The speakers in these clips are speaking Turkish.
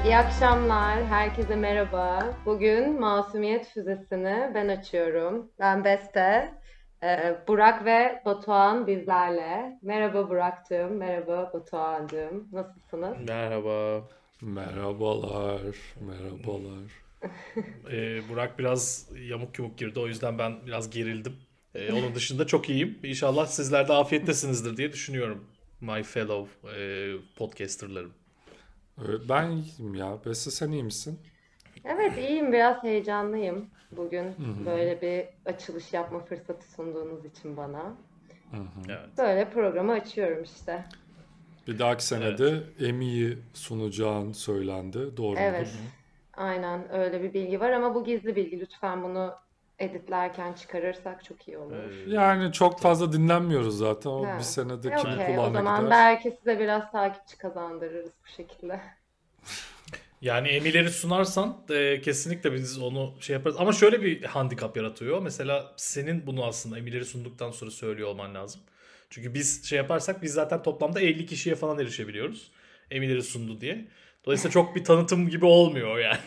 İyi akşamlar, herkese merhaba. Bugün Masumiyet Füzesi'ni ben açıyorum. Ben Beste, Burak ve Batuhan bizlerle. Merhaba Burak'cığım, merhaba Batuhan'cığım. Nasılsınız? Merhaba. Merhabalar, merhabalar. Burak biraz yamuk yumuk girdi. O yüzden ben biraz gerildim. Onun dışında çok iyiyim. İnşallah sizler de afiyettesinizdir diye düşünüyorum. My fellow podcasterlarım. Ben iyiyim ya. Beste sen iyi misin? Evet, iyiyim, biraz heyecanlıyım. Bugün böyle bir açılış yapma fırsatı sunduğunuz için bana. Evet. Böyle programı açıyorum işte. Bir dahaki sene Evet. de Emmy'yi sunacağın söylendi. Doğru mudur? Evet, aynen öyle bir bilgi var ama bu gizli bilgi. Lütfen bunu editlerken çıkarırsak çok iyi olur. Yani çok Tamam. fazla dinlenmiyoruz zaten. O bir Ha. senede kimin Okey. O kulağına zaman gider? belki size biraz takipçi kazandırırız bu şekilde. Yani emileri sunarsan kesinlikle biz onu şey yaparız. Ama şöyle bir handikap yaratıyor. Mesela senin bunu aslında emileri sunduktan sonra söylüyor olman lazım. Çünkü biz şey yaparsak biz zaten toplamda 50 kişiye falan erişebiliyoruz. Emileri sundu diye. Dolayısıyla çok bir tanıtım gibi olmuyor yani.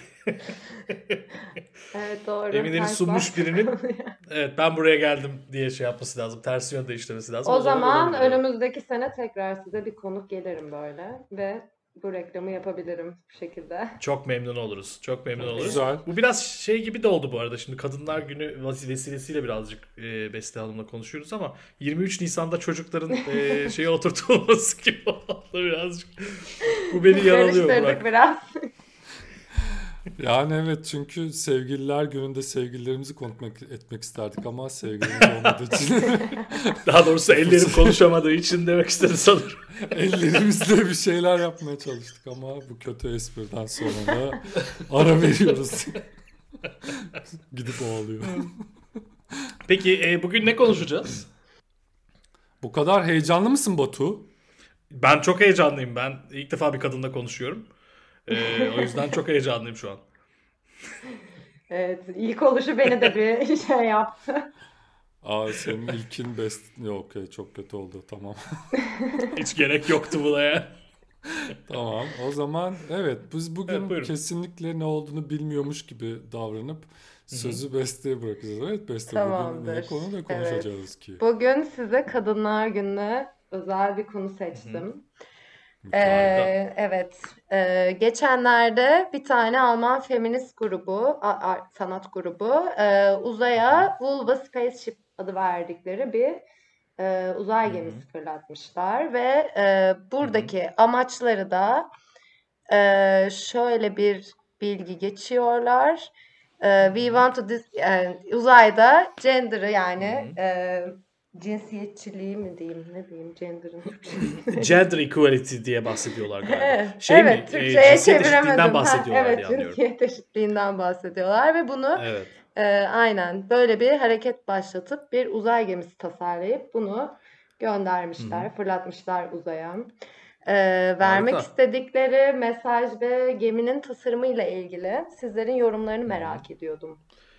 Evet, doğru. Emileri Ters bas. sunmuş birinin evet ben buraya geldim diye şey yapması lazım. Tersi yönde işlemesi lazım. O O zaman zaman olabilir, evet. önümüzdeki sene tekrar size bir konuk gelirim böyle ve bu reklamı yapabilirim bu şekilde. Çok memnun oluruz. Çok memnun Çok iyi. oluruz. Güzel. Bu biraz şey gibi de oldu bu arada. Şimdi Kadınlar Günü vesilesiyle birazcık Beste Hanım'la konuşuyoruz ama 23 Nisan'da çocukların şeye oturtulması gibi oldu birazcık. Bu beni yaralıyor Karıştırdık Burak. biraz. Yani evet, çünkü sevgililer gününde sevgililerimizi konuşmak etmek isterdik ama sevgilimiz olmadığı için Daha doğrusu ellerim konuşamadığı için demek istedi sanırım. ellerimizle bir şeyler yapmaya çalıştık ama bu kötü espriden sonra da ara veriyoruz. Gidip ağlıyor. Peki bugün ne konuşacağız? Bu kadar heyecanlı mısın Batu? Ben çok heyecanlıyım. Ben ilk defa bir kadınla konuşuyorum. O yüzden çok heyecanlıyım şu an. Evet, ilk oluşu beni de bir şey yaptı. Senin ilkin best... Yok, çok kötü oldu, tamam. Hiç gerek yoktu buna ya. Tamam, o zaman evet, biz Evet, bugün buyurun. kesinlikle ne olduğunu bilmiyormuş gibi davranıp sözü Beste'ye bırakacağız. Evet Beste, bugün ne Tamamdır. konuda Evet. konuşacağız ki? Bugün size Kadınlar Günü'ne özel bir konu seçtim. Mükemmel. Harika. Evet. Geçenlerde bir tane Alman feminist grubu, sanat grubu, uzaya Vulva Spaceship adı verdikleri bir uzay gemisi fırlatmışlar ve buradaki amaçları da şöyle bir bilgi geçiyorlar. We want to yani uzayda gender'ı yani cinsiyetçiliği mi diyeyim, ne diyeyim, gender'ın Türkçesi. Gender equality diye bahsediyorlar galiba. Şey mi? Evet, Türkçe'ye Cinsiyet eşitliğinden çeviremedim. Ha, bahsediyorlar evet, diye anlıyorum. cinsiyet eşitliğinden bahsediyorlar ve bunu Evet. aynen böyle bir hareket başlatıp bir uzay gemisi tasarlayıp bunu göndermişler, fırlatmışlar uzaya. Vermek Harika. istedikleri mesaj ve geminin tasarımıyla ilgili sizlerin yorumlarını merak ediyordum.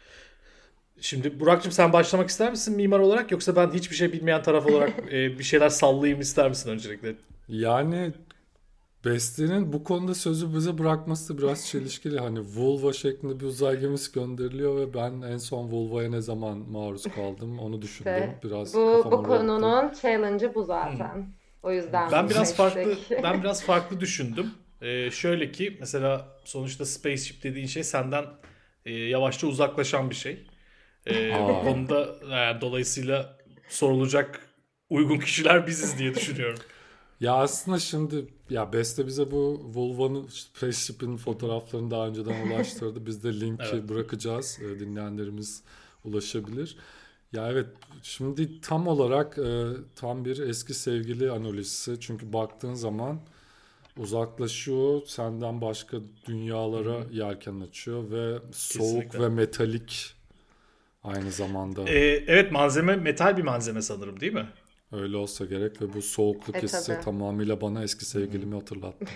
Şimdi Burak'cığım sen başlamak ister misin mimar olarak yoksa ben hiçbir şey bilmeyen taraf olarak bir şeyler sallayayım ister misin öncelikle? Yani Beste'nin bu konuda sözü bize bırakması da biraz çelişkili. Hani vulva şeklinde bir uzay gemisi gönderiliyor ve ben en son vulvaya ne zaman maruz kaldım onu düşündüm. İşte Biraz bu kafam oraya gitti. konunun challenge'ı bu zaten. O yüzden Ben bunu biraz farklı seçtik. ben biraz farklı düşündüm. Şöyle ki mesela sonuçta spaceship dediğin şey senden yavaşça uzaklaşan bir şey. Bu Aa, konuda dolayısıyla sorulacak uygun kişiler biziz diye düşünüyorum. ya aslında şimdi ya Beste bize bu vulvanın spaceship'in fotoğraflarını daha önceden ulaştırdı. Biz de linki Evet. bırakacağız. Dinleyenlerimiz ulaşabilir. Ya evet, şimdi tam olarak tam bir eski sevgili analojisi. Çünkü baktığın zaman uzaklaşıyor, senden başka dünyalara yelken açıyor ve soğuk Kesinlikle. ve metalik aynı zamanda. Evet malzeme metal bir malzeme sanırım değil mi? Öyle olsa gerek ve bu soğukluk hissi Tabii. tamamıyla bana eski sevgilimi hatırlattı.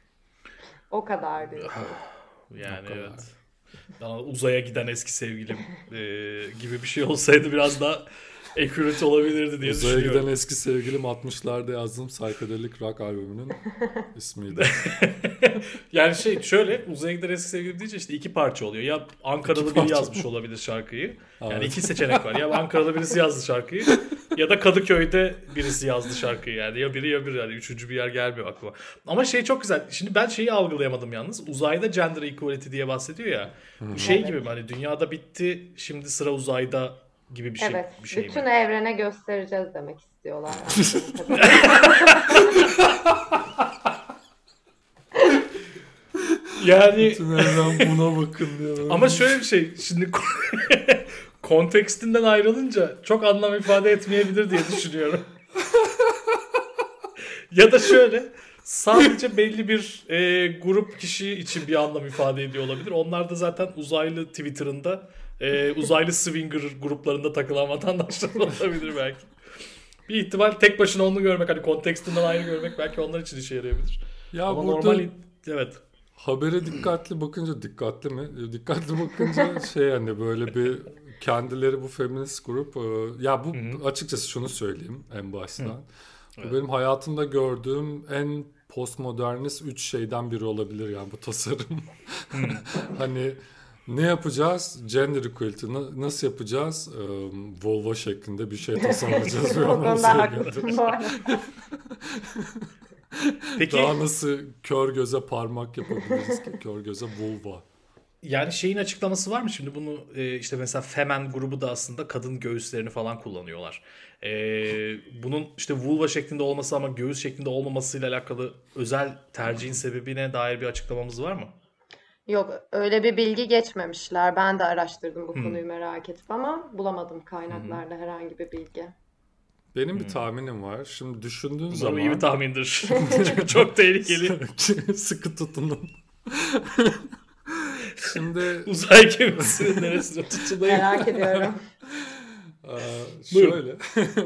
O kadar diyorsun. O Yani kadar. evet. Daha uzaya giden eski sevgilim gibi bir şey olsaydı biraz daha accurate olabilirdi diye Uzaya giden düşünüyorum. eski sevgilim 60'larda yazdığım psychedelic rock albümünün ismiydi. Yani şöyle uzaya gider eski sevgilim deyince işte iki parça oluyor. Ya Ankaralı biri yazmış olabilir şarkıyı. Yani Evet. iki seçenek var. Ya Ankaralı birisi yazdı şarkıyı ya da Kadıköy'de birisi yazdı şarkıyı yani. Ya biri ya biri yani üçüncü bir yer gelmiyor aklıma. Ama çok güzel. Şimdi ben şeyi algılayamadım yalnız. Uzayda gender equality diye bahsediyor ya. Bu Evet. gibi mi? Hani dünyada bitti şimdi sıra uzayda gibi Evet, bir şey bütün mi? evrene göstereceğiz demek istiyorlar. Yani Bütün evren buna bakın diyor. ama şöyle bir şey. Şimdi kontekstinden ayrılınca çok anlam ifade etmeyebilir diye düşünüyorum. Ya da şöyle sadece belli bir grup kişi için bir anlam ifade ediyor olabilir. Onlar da zaten uzaylı Twitter'ında uzaylı swinger gruplarında takılan vatandaşlar olabilir belki. Bir ihtimal tek başına onu görmek hani kontekstinden ayrı görmek belki onlar için işe yarayabilir. Ya Ama burada normal evet. habere dikkatli bakınca dikkatli mi? Dikkatli bakınca hani böyle bir kendileri bu feminist grup ya bu açıkçası şunu söyleyeyim en baştan. Evet. Bu benim hayatımda gördüğüm en postmodernist 3 şeyden biri olabilir yani bu tasarım. Hani ne yapacağız? Gender equality. Nasıl yapacağız? Volvo şeklinde bir şey tasarlayacağız. O konuda haklısın bu arada. Peki Daha nasıl kör göze parmak yapabiliriz ki? Kör göze vulva. yani şeyin açıklaması var mı şimdi bunu işte mesela Femen grubu da aslında kadın göğüslerini falan kullanıyorlar. Bunun işte vulva şeklinde olması ama göğüs şeklinde olmamasıyla alakalı özel tercihin sebebine dair bir açıklamamız var mı? Yok, öyle bir bilgi geçmemişler. Ben de araştırdım bu konuyu merak edip ama bulamadım kaynaklarda herhangi bir bilgi. Benim bir tahminim var. Şimdi düşündüğün Umarım zaman... iyi bir tahmindir. Çünkü çok tehlikeli. Sıkı tutunun. Şimdi Uzay gemisinin neresine tutulayım? Merak ediyorum. şöyle.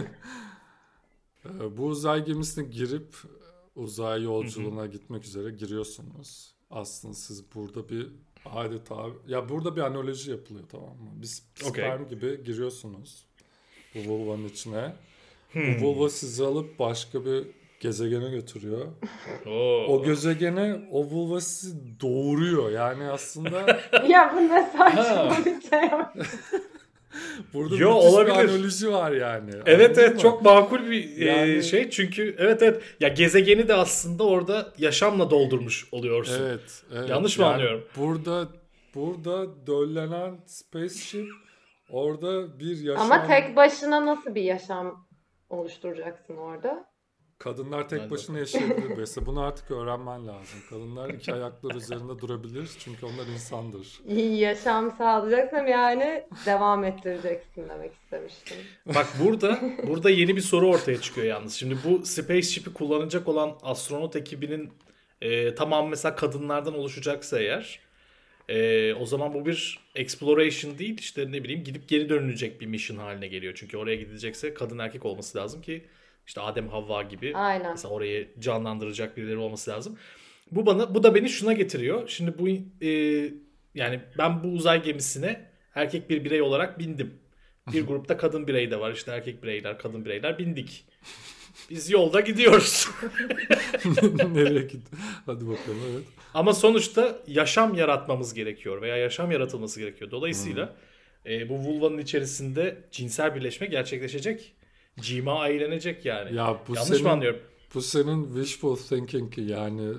Bu uzay gemisine girip uzay yolculuğuna gitmek üzere giriyorsunuz. Aslında siz burada bir adeta ya burada bir analoji yapılıyor, tamam mı? Biz sperm gibi giriyorsunuz bu vulvanın içine. Bu vulva sizi alıp başka bir gezegene götürüyor. O gezegene o vulva sizi doğuruyor. Yani aslında Ya bu ne saçma bir şey. burada Yo, müthiş olabilir. bir analoji var yani. Evet Anladın mı? çok makul bir Yani- şey çünkü evet ya gezegeni de aslında orada yaşamla doldurmuş oluyorsun. Evet. Yanlış mı anlıyorum? Burada döllenen spaceship orada bir yaşam. Ama tek başına nasıl bir yaşam oluşturacaksın orada? Kadınlar tek Hadi başına yaşayabilir mesela. Bunu artık öğrenmen lazım. Kadınlar iki ayaklar üzerinde durabilir çünkü onlar insandır. İyi yaşam sağlayacaksam yani devam ettireceksin demek istemiştim. Bak burada yeni bir soru ortaya çıkıyor yalnız. Şimdi bu spaceship'i kullanacak olan astronot ekibinin tamamı mesela kadınlardan oluşacaksa eğer o zaman bu bir exploration değil işte ne bileyim gidip geri dönülecek bir mission haline geliyor. Çünkü oraya gidilecekse kadın erkek olması lazım ki işte Adem Havva gibi Aynen. mesela orayı canlandıracak birileri olması lazım. Bu da beni şuna getiriyor. Şimdi bu yani ben bu uzay gemisine erkek bir birey olarak bindim. Bir grupta kadın birey de var. İşte erkek bireyler, kadın bireyler bindik. Biz yolda gidiyoruz. Nereye gitti? Hadi bakalım, evet. Ama sonuçta yaşam yaratmamız gerekiyor veya yaşam yaratılması gerekiyor. Dolayısıyla bu vulvanın içerisinde cinsel birleşme gerçekleşecek. Cima eğlenecek yani. Ya bu Yanlış mı anlıyorum? Bu senin wishful thinking yani.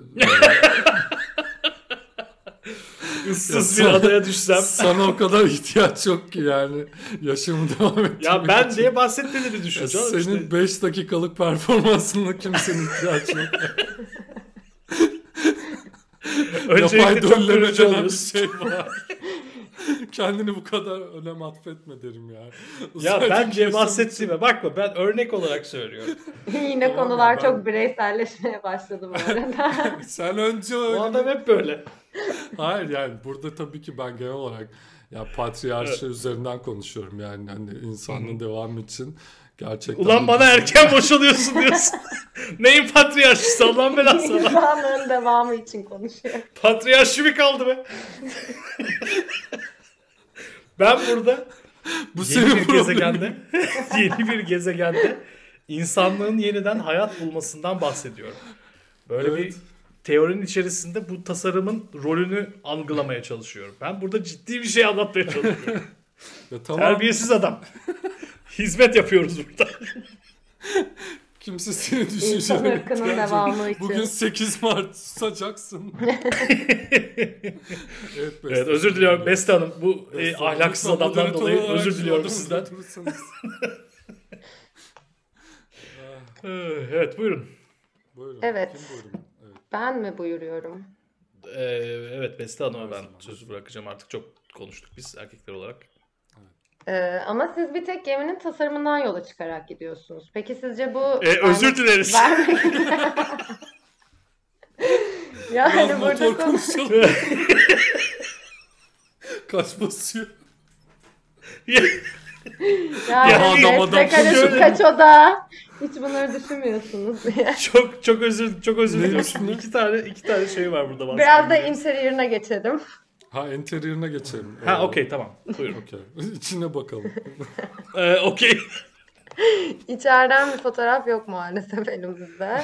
Issız bir adaya düşsem. Sana o kadar ihtiyaç yok ki yani yaşamı devam ettirmek Ya ben için. diye bahsetmediğini düşün. Senin İşte 5 dakikalık performansına kimsenin ihtiyacı yok. Yapay öncelikle çok dölleme kırıcı denen bir oluyorsun. şey var. Kendini bu kadar önem atfetme derim yani. Ya Uzay bence gemisi- bahsettiğime bakma ben örnek olarak söylüyorum. Yine Tamam konular ya, çok bireyselleşmeye başladı bu arada. Sen önce O öyle. adam hep böyle. Hayır yani burada tabii ki ben genel olarak ya patriarşi üzerinden konuşuyorum yani hani insanlığın devamı için gerçekten. Ulan bana erken boşalıyorsun diyorsun. Neyin patriarşisi Allah'ın belası adam. İnsanların devamı için konuşuyor. Patriarşi mi kaldı be? Ben burada bu yeni senin bir problemin. gezegende yeni bir gezegende insanlığın yeniden hayat bulmasından bahsediyorum. Böyle Evet. bir teorinin içerisinde bu tasarımın rolünü algılamaya çalışıyorum. Ben burada ciddi bir şey anlatmaya çalışıyorum. Ya tamam. Terbiyesiz adam. Hizmet yapıyoruz burada. Kimse seni İnsan düşünecek. ırkının devamı için. Bugün 8 Mart susacaksın. Evet, Evet, özür diliyorum Beste Hanım. Bu ahlaksız Lütfen adamdan moderatör dolayı olarak özür şu diliyorum adamı sizden. durdurursanız. Evet, buyurun. Buyurun. Evet. Kim buyurun? Evet. Ben mi buyuruyorum? Evet, Beste Hanım'a ben sözü bırakacağım. Artık çok konuştuk biz erkekler olarak. Ama siz bir tek geminin tasarımından yola çıkarak gidiyorsunuz. Peki sizce bu... Özür dileriz. Ya Biraz hani motor burada konuşalım. Kaç basıyor? yani adam metrekaresi şöyle- kaç oda? Hiç bunları düşünmüyorsunuz diye. Çok özür diliyorum. Neymiş? İki tane şey var burada. Biraz da interior'ına geçelim. Ha, interior'ına geçelim. Ha, okey, tamam. Buyurun. Okey. İçine bakalım. Okey. İçeriden bir fotoğraf yok maalesef elimizde.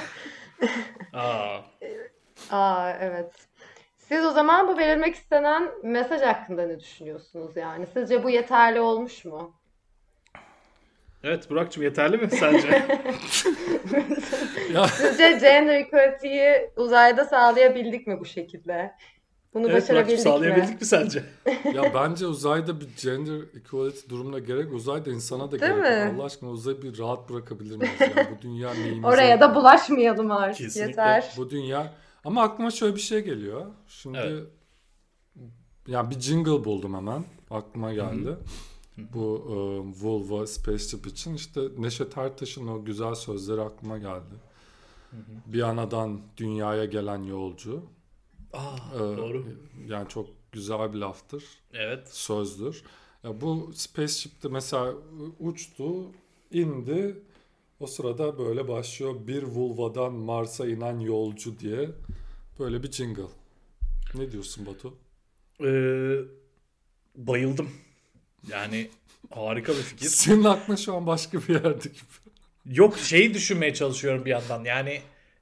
Evet. Siz o zaman bu verilmek istenen mesaj hakkında ne düşünüyorsunuz yani? Sizce bu yeterli olmuş mu? Evet, Burak'cığım, yeterli mi sence? Ya, Sizce gender equality'yi uzayda sağlayabildik mi bu şekilde? Bunu Evet, Burak'cığım, başarabildik mi? sağlayabildik mi sence? ya bence uzayda bir gender equality durumuna gerek, uzayda insana da Değil gerek mi? yok. Allah aşkına uzayı bir rahat bırakabilir miyiz? Yani bu dünya neyimize? Oraya da bulaşmayalım artık. Kesinlikle. Yeter. Bu dünya. Ama aklıma şöyle bir şey geliyor. Şimdi Evet. ya bir jingle buldum hemen. Aklıma geldi. Bu Vulva Spaceship için işte Neşet Ertaş'ın o güzel sözleri aklıma geldi. Bir anadan dünyaya gelen yolcu. Doğru. Yani çok güzel bir laftır. Evet. Sözdür. Ya bu Spaceship'te mesela uçtu, indi. O sırada böyle başlıyor, bir vulvadan Mars'a inen yolcu diye böyle bir jingle. Ne diyorsun Batu? Bayıldım. Yani harika bir fikir. Senin aklın şu an başka bir yerde gibi. Yok, şeyi düşünmeye çalışıyorum bir yandan. Yani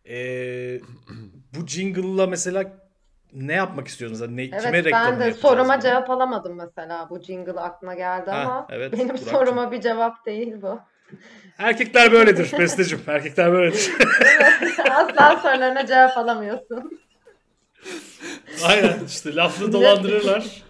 bu jingle'la mesela ne yapmak istiyorsunuz? Kime Evet, ben reklamını de yapacağız soruma bunu? cevap alamadım mesela. Bu jingle aklıma geldi Ha, ama evet, benim Burak'cığım. soruma bir cevap değil bu. Erkekler böyledir Besteciğim. Erkekler böyledir. Asla sorularına cevap alamıyorsun. Aynen, işte laflı dolandırırlar.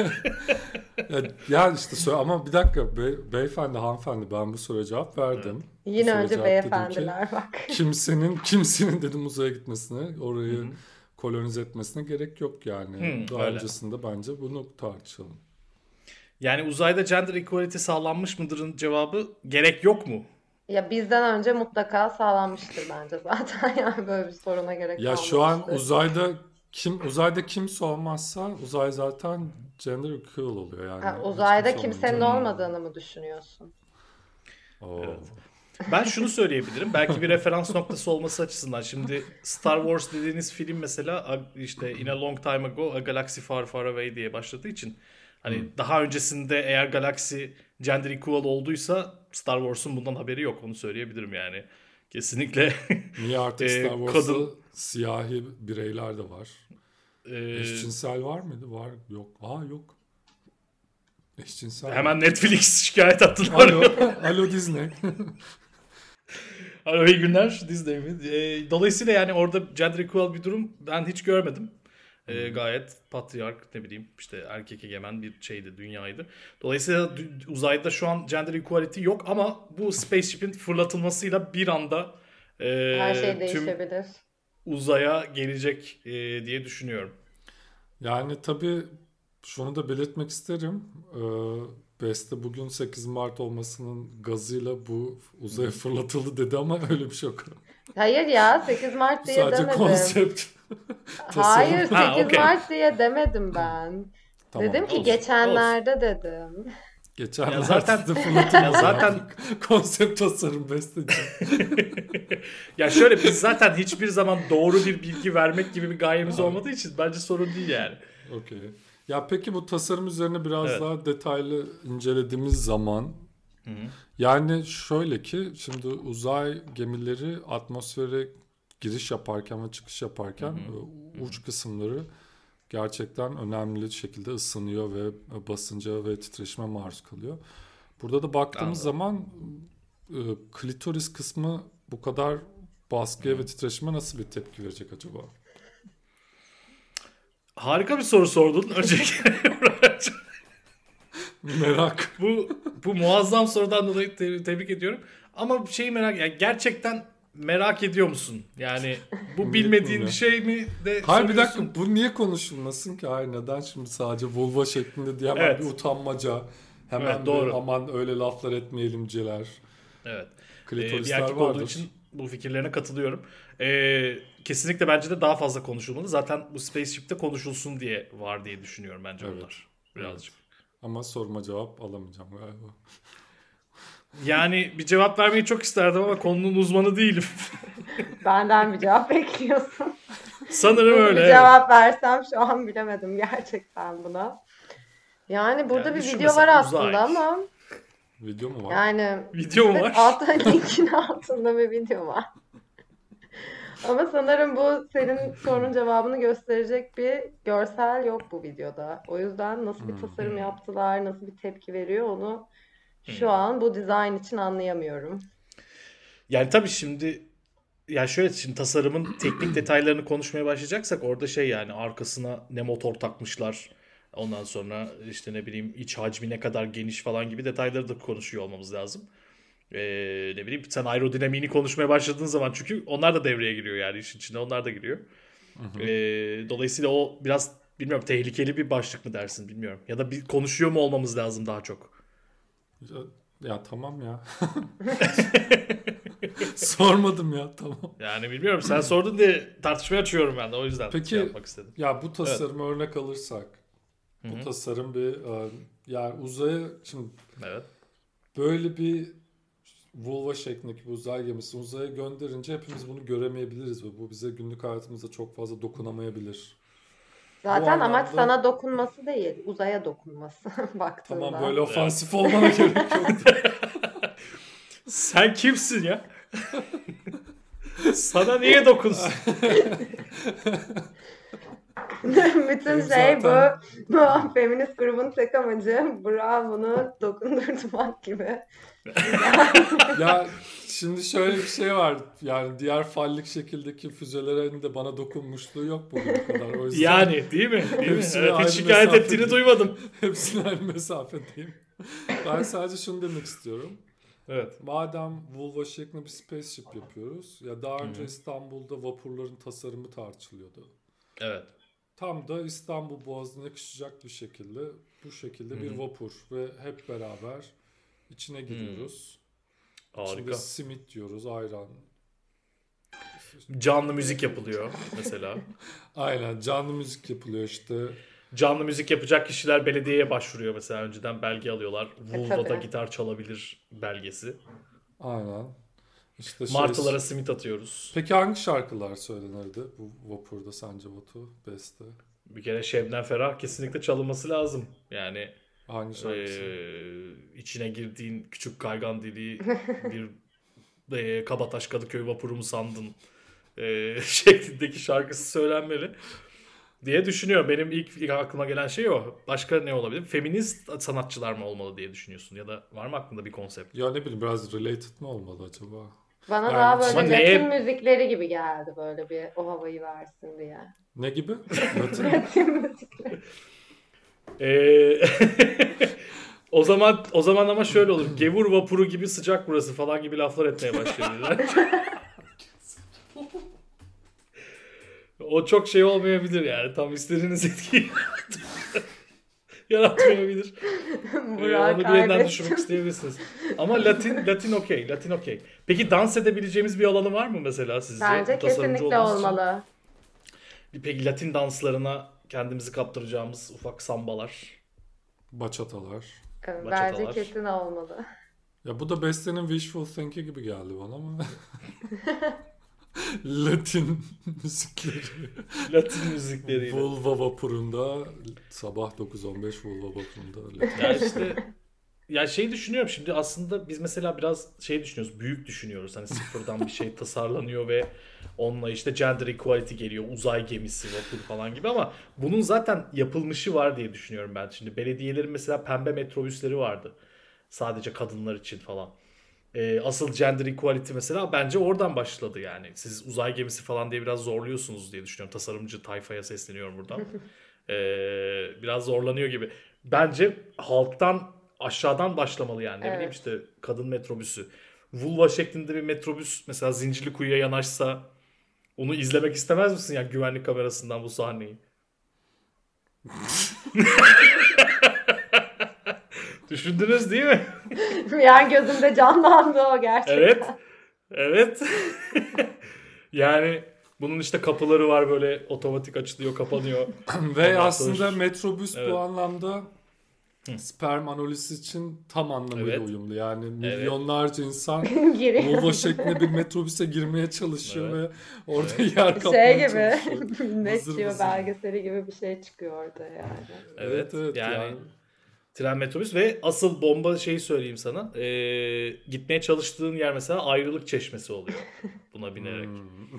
Ya işte ama bir dakika beyefendi, hanımefendi, ben bu soruya cevap verdim. Bu Yine soruya önce cevap dedim ki, beyefendiler bak. kimsenin dedim uzaya gitmesine, orayı kolonize etmesine gerek yok yani. Daha öyle. öncesinde bence bunu tartışalım. Yani uzayda gender equality sağlanmış mıdırın cevabı gerek yok mu? Ya bizden önce mutlaka sağlanmıştır bence zaten yani böyle bir soruna gerek Ya şu an kalmamıştır. uzayda kimse olmazsa uzay zaten gender equal oluyor yani. Ha, Hiç uzayda kimse kimsenin olmayınca. olmadığını mı düşünüyorsun? Oo. Ben şunu söyleyebilirim. Belki bir referans noktası olması açısından. Şimdi Star Wars dediğiniz film mesela işte In a Long Time Ago, A Galaxy Far Far Away diye başladığı için hani daha öncesinde eğer Galaxy gender equal olduysa Star Wars'un bundan haberi yok. Onu söyleyebilirim yani. Kesinlikle. Niye artık Star Wars'ta kadın- siyahi bireyler de var? Ee, Eşcinsel var mıydı? Var. Yok. Yok. Eşcinsel. hemen Netflix şikayet attılar. Alo Disney. Alo, iyi günler Disney mi? Dolayısıyla yani orada gender equal bir durum ben hiç görmedim. Gayet patriark, ne bileyim işte erkek egemen bir şeydi, dünyaydı. Dolayısıyla uzayda şu an gender equality yok ama bu spaceship'in fırlatılmasıyla bir anda Her şey tüm değişebilir. uzaya gelecek diye düşünüyorum. Yani tabii şunu da belirtmek isterim. Beste bugün 8 Mart olmasının gazıyla bu uzaya fırlatıldı dedi ama öyle bir şey yok. Hayır ya 8 Mart Bu diye sadece demedim. konsept. Hayır 8 Ha, okey. Mart diye demedim ben. Tamam, Dedim ki olsun, geçenlerde dedim. Geçen Ya zaten- Mart'ta fırlatıldı. Ya zaten konsept tasarım besteci. ya şöyle, biz zaten hiçbir zaman doğru bir bilgi vermek gibi bir gayemiz olmadığı için bence sorun değil yani. Okey. Ya peki bu tasarım üzerine biraz Evet. daha detaylı incelediğimiz zaman yani şöyle ki şimdi uzay gemileri atmosfere giriş yaparken ve çıkış yaparken uç kısımları gerçekten önemli şekilde ısınıyor ve basınca ve titreşime maruz kalıyor. Burada da baktığımız zaman klitoris kısmı bu kadar baskıya ve titreşime nasıl bir tepki verecek acaba? Harika bir soru sordun. Öncelikle Merak. bu muazzam sorudan dolayı tebrik ediyorum. Ama şeyi yani gerçekten merak ediyor musun? Yani bu bilmediğin bir şey mi de Hayır bir soruyorsun? dakika, bu niye konuşulmasın ki? Hayır, neden şimdi sadece vulva şeklinde diye hemen bir utanmaca. Hemen Evet, doğru. aman öyle laflar etmeyelimciler. Evet. Klitorisler bir erkek vardır. olduğu için bu fikirlerine katılıyorum. Kesinlikle bence de daha fazla konuşulmalı. Zaten bu Spaceship'te konuşulsun diye var diye düşünüyorum bence bunlar. Birazcık. Evet. Ama soruma cevap alamayacağım galiba. Yani bir cevap vermeyi çok isterdim ama konunun uzmanı değilim. Benden bir cevap bekliyorsun. Sanırım Nasıl öyle. bir cevap versem şu an bilemedim gerçekten buna. Yani burada Yani bir düşün video mesela, var aslında uzay. ama Video mu var? yani Video mu var? altta linkin altında bir video var. Ama sanırım bu senin sorunun cevabını gösterecek bir görsel yok bu videoda. O yüzden nasıl bir tasarım yaptılar, nasıl bir tepki veriyor onu şu an bu dizayn için anlayamıyorum. Yani tabii şimdi yani şöyle, şimdi tasarımın teknik detaylarını konuşmaya başlayacaksak orada yani arkasına ne motor takmışlar, ondan sonra işte ne bileyim iç hacmi ne kadar geniş falan gibi detayları da konuşuyor olmamız lazım. Ne bileyim sen aerodinamiğini konuşmaya başladığın zaman çünkü onlar da devreye giriyor, yani işin içine onlar da giriyor. Dolayısıyla o biraz bilmiyorum tehlikeli bir başlık mı dersin bilmiyorum. Ya da bir konuşuyor mu olmamız lazım daha çok. Ya tamam ya. Sormadım ya, tamam. Yani bilmiyorum, sen sordun diye tartışmaya açıyorum ben de, o yüzden Peki, şey yapmak istedim. Ya bu tasarımı örnek alırsak bu tasarım bir yani uzaya şimdi Evet. böyle bir vulva şeklindeki bir uzay gemisini uzaya gönderince hepimiz bunu göremeyebiliriz ve bu bize günlük hayatımızda çok fazla dokunamayabilir. Zaten Bu amaç anlamda- sana dokunması değil, uzaya dokunması baktığında. Tamam, böyle ofansif olmana gerek yok. Sen kimsin ya? Sana niye dokunsun? Bütün şey Zaten- bu feminist grubun tek amacı bunu dokundurtmak gibi. Ya şimdi şöyle bir şey var. Yani diğer fallik şekildeki füzelerin de bana dokunmuşluğu yok bugüne kadar. O yüzden Yani değil mi? Değil mi? Hepsine Evet, aynı hiç şikayet mesafede. ettiğini duymadım. hepsine aynı mesafedeyim. Ben sadece şunu demek istiyorum. Evet. Madem vulva şeklinde bir spaceship yapıyoruz. Ya daha önce İstanbul'da vapurların tasarımı tartışılıyordu. Evet. Tam da İstanbul Boğazı'na yakışacak bir şekilde bu şekilde bir vapur ve hep beraber içine giriyoruz. Harika. İçinde simit diyoruz, ayran. Canlı müzik yapılıyor mesela. Aynen, canlı müzik yapılıyor işte. Canlı müzik yapacak kişiler belediyeye başvuruyor mesela, önceden belge alıyorlar. Vulva'da tabii. gitar çalabilir belgesi. Aynen. İşte Martılara simit atıyoruz. Peki hangi şarkılar söylenirdi bu vapurda sence Batu? Beste. Bir kere Şebnem Ferah kesinlikle çalınması lazım. Yani Hangi şarkısı? içine girdiğin küçük kaygan deliği bir Kabataş Kadıköy vapuru mu sandın şeklindeki şarkısı söylenmeli diye düşünüyorum. Benim ilk aklıma gelen şey o. Başka ne olabilir? Feminist sanatçılar mı olmalı diye düşünüyorsun? Ya da var mı aklında bir konsept? Ya ne bileyim, biraz related mi olmalı acaba? Bana Yani daha ama böyle neye- Latin müzikleri gibi geldi, böyle bir o havayı versin diye. Ne gibi? Latin. Latin müzikleri. Ee, o zaman ama şöyle olur. Gevur vapuru gibi sıcak burası falan gibi laflar etmeye başlayabilirler. O çok şey olmayabilir yani. Tam istediğiniz etkiyi yaratmayabilir. Burak Onu bir yeniden kaybettim. düşünmek isteyebilirsiniz. Ama Latin okey. Latin okey. Peki dans edebileceğimiz bir alanı var mı mesela sizce? Bence Bu tasarımcı kesinlikle olduğunuz için? olmalı. Peki Latin danslarına kendimizi kaptıracağımız ufak sambalar. Bachatalar. Bence Bachatalar. kesin olmalı. Ya bu da Beste'nin wishful think'i gibi geldi bana ama. Latin müzikleri. Latin müzikleriyle. Vulva vapurunda sabah 9:15 vulva vapurunda. Latin. Yani işte ya şey düşünüyorum şimdi, aslında biz mesela biraz şey düşünüyoruz, büyük düşünüyoruz. Hani sıfırdan bir şey tasarlanıyor ve onunla işte gender equality geliyor, uzay gemisi, vapur falan gibi, ama bunun zaten yapılmışı var diye düşünüyorum ben. Şimdi belediyelerin mesela pembe metrobüsleri vardı. Sadece kadınlar için falan. Asıl gender equality mesela bence oradan başladı yani. Siz uzay gemisi falan diye biraz zorluyorsunuz diye düşünüyorum. Tasarımcı tayfaya sesleniyorum buradan. Biraz zorlanıyor gibi. Bence halktan, aşağıdan başlamalı yani. Ne bileyim Evet. işte kadın metrobüsü. Vulva şeklinde bir metrobüs mesela Zincirlikuyu'ya yanaşsa, onu izlemek istemez misin ya, güvenlik kamerasından bu sahneyi? Düşündünüz değil mi? Yani gözümde canlandı o Evet. gerçekten. Evet. Yani bunun işte kapıları var, böyle otomatik açılıyor, kapanıyor. Ve Ondan sonra aslında metrobüs bu evet. anlamda sperm analisi için tam anlamıyla Evet. uyumlu. Yani Evet. milyonlarca insan Giriyor. Volvo şeklinde bir metrobüse girmeye çalışıyor Evet. ve orada Evet. yer Şey kapmaya gibi, çalışıyor. Vızır Netçiyor vızır. belgeseli gibi bir şey çıkıyor orada yani. Evet Evet. evet Yani yani. tren metrobüs ve asıl bomba şeyi söyleyeyim sana. Gitmeye çalıştığın yer mesela ayrılık çeşmesi oluyor buna binerek. Hmm.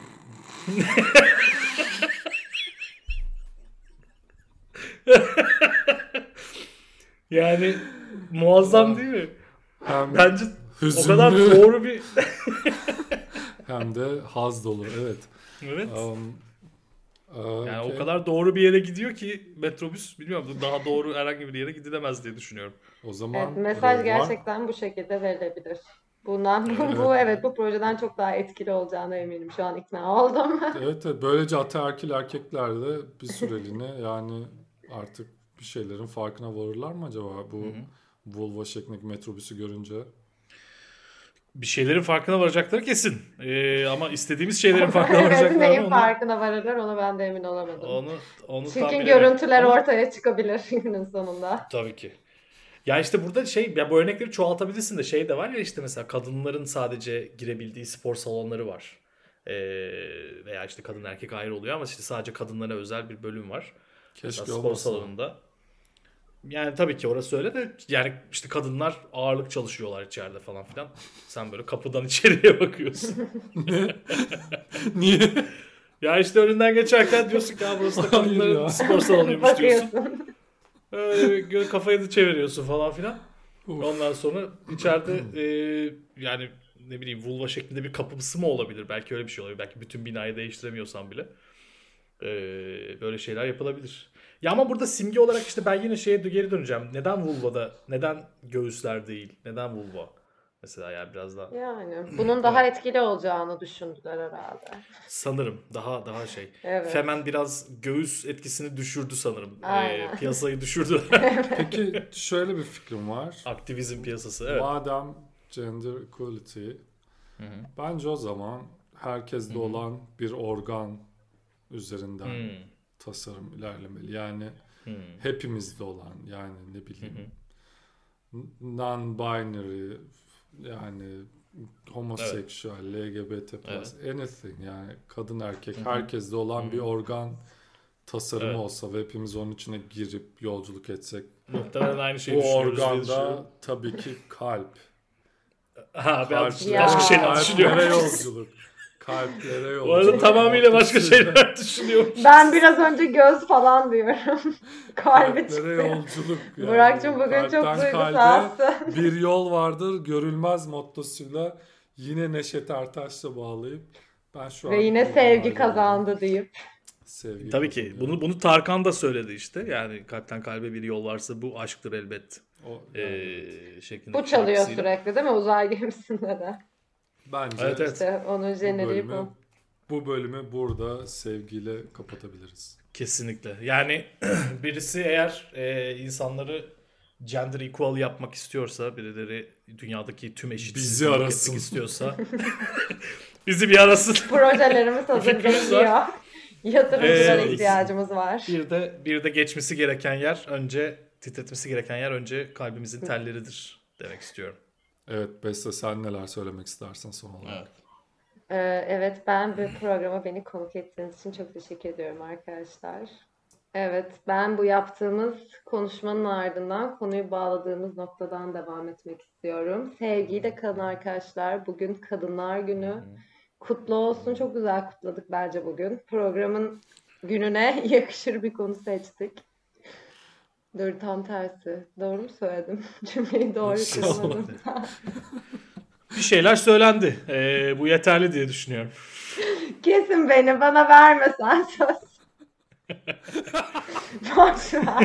Yani muazzam değil mi? Hem Bence o kadar hüzünlü doğru bir... hem de haz dolu. Evet. Evet. Um, Yani o okay. kadar doğru bir yere gidiyor ki metrobüs, bilmiyorum, daha doğru herhangi bir yere gidilemez diye düşünüyorum. O Evet, zaman mesaj var. gerçekten bu şekilde verilebilir. Bundan Evet. bu Evet. evet bu projeden çok daha etkili olacağına eminim. Şu an ikna oldum. Evet, evet. Böylece ataerkil erkekler de bir süreliğine yani artık bir şeylerin farkına varırlar mı acaba Hı bu hı. Volvo şeklindeki metrobüsü görünce? Bir şeylerin farkına varacakları kesin. Ama istediğimiz şeylerin farkına Evet, varacaklar neyin mı, onu farkına varırlar onu ben de emin olamadım. onu tam Çünkü bilemiyorum. görüntüler Ama ortaya çıkabilir günün sonunda. tabii ki. Ya işte burada şey, ya bu örnekleri çoğaltabilirsin de, şey de var ya, işte mesela kadınların sadece girebildiği spor salonları var. Ee, Veya işte kadın erkek ayrı oluyor ama işte sadece kadınlara özel bir bölüm var. Mesela Keşke spor olmasa. salonunda. Yani tabii ki orası öyle de, yani işte kadınlar ağırlık çalışıyorlar içeride falan filan. Sen böyle kapıdan içeriye bakıyorsun. Ne? Niye? Ya işte önünden geçerken diyorsun ki, ha burası da Hayır kadınların ya. spor salonuymuş diyorsun. Bakıyorsun. Öyle bir kafayı da çeviriyorsun falan filan. Ondan Uf. sonra içeride yani ne bileyim, vulva şeklinde bir kapısı mı olabilir? Belki öyle bir şey olabilir. Belki bütün binayı değiştiremiyorsan bile e, böyle şeyler yapılabilir. Ya ama burada simge olarak işte ben yine şeye geri döneceğim. Neden vulvada, neden göğüsler değil? Neden vulva? Mesela yani biraz daha. Yani bunun daha Evet. etkili olacağını düşündüler herhalde. Sanırım daha şey. Evet. Femen biraz göğüs etkisini düşürdü sanırım. Aynen. Piyasayı düşürdü. Peki şöyle bir fikrim var. Aktivizm piyasası. Evet. Madem gender equality, Hı hı. bence o zaman Hı herkeste hı. olan bir organ üzerinden Hmm. tasarım ilerlemeli. Yani Hmm. hepimizde olan yani ne Hı bileyim hı. non-binary yani Evet. homoseksüel, LGBT+, Evet. anything yani kadın erkek Hı hı. herkeste Hı olan bir hı. organ tasarımı Evet. olsa ve hepimiz onun içine girip yolculuk etsek. Muhtemelen aynı şeyi Bu düşünüyoruz diye düşünüyorum. organda tabii ki kalp. Ha, ben başka Ya. şeyler Kalplere düşünüyormuşuz. yolculuk. Kalplere Bu arada yolculuk. tamamıyla başka Mottosuyla şeyler düşünüyormuşuz. Ben biraz önce göz falan diyorum. Kalbi kalplere çıktı. yolculuk Burak'cığım yani. bugün çok Kalpten kalbe duygusalsın. bir yol vardır görülmez mottosuyla yine Neşet Ertaş'la bağlayıp ben şu Ve an yine buradan sevgi ayrılıyorum. kazandı deyip. Sevgi Tabii ki. kazanıyor. Bunu Tarkan da söyledi işte. Yani kalpten kalbe bir yol varsa bu aşktır elbet. O yani evet. Bu Şeklindeki çalıyor şarkısıyla. sürekli değil mi? Uzay gemisinde de. Bence Evet, evet. İşte onun bu jeneriği bölümü bu. bu bölümü burada sevgiyle kapatabiliriz. Kesinlikle. Yani birisi eğer insanları gender equal yapmak istiyorsa, birileri dünyadaki tüm Bizi eşitsizliği yok etmek arasın. istiyorsa bizi bir arasın. Projelerimiz Bir hazır fikrimiz var. bekliyor. Yatırımcılara E, ihtiyacımız var. bir de geçmesi gereken yer, önce titretmesi gereken yer önce kalbimizin telleridir demek istiyorum. Evet Beste sen neler söylemek istersen son olarak. Evet. Evet ben bu programa beni konuk ettiğiniz için çok teşekkür ediyorum arkadaşlar. Evet, ben bu yaptığımız konuşmanın ardından konuyu bağladığımız noktadan devam etmek istiyorum. Sevgiyle kalın arkadaşlar. Bugün Kadınlar Günü. Kutlu olsun. Çok güzel kutladık bence bugün. Programın gününe yakışır bir konu seçtik. Dur tam tersi. Doğru mu söyledim? Cümleyi doğru kurmadım. Bir şeyler söylendi. Bu yeterli diye düşünüyorum. Kesin beni. Bana verme sen söz. Boş ver.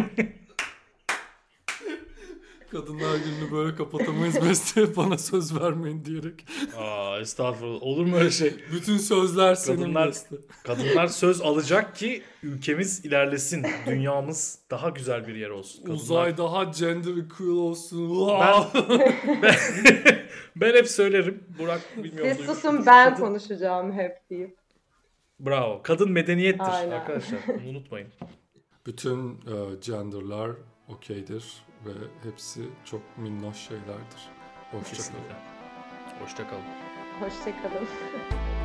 Kadınlar Günü'nü böyle kapatamayız Beste, bana söz vermeyin diyerek. Estağfurullah. Olur mu öyle şey? Bütün sözler senin Beste. Kadınlar söz alacak ki ülkemiz ilerlesin. Dünyamız daha güzel bir yer olsun. Uzay daha gender equal olsun. Ben, ben hep söylerim. Burak bilmiyorum. Siz susun ben konuşacağım hep deyip. Bravo. Kadın medeniyettir Aynen. arkadaşlar. Bunu unutmayın. Bütün genderlar okeydir ve hepsi çok minnoş şeylerdir. Hoşça kalın. Kesinlikle. Hoşça kalın. Hoşça kalın.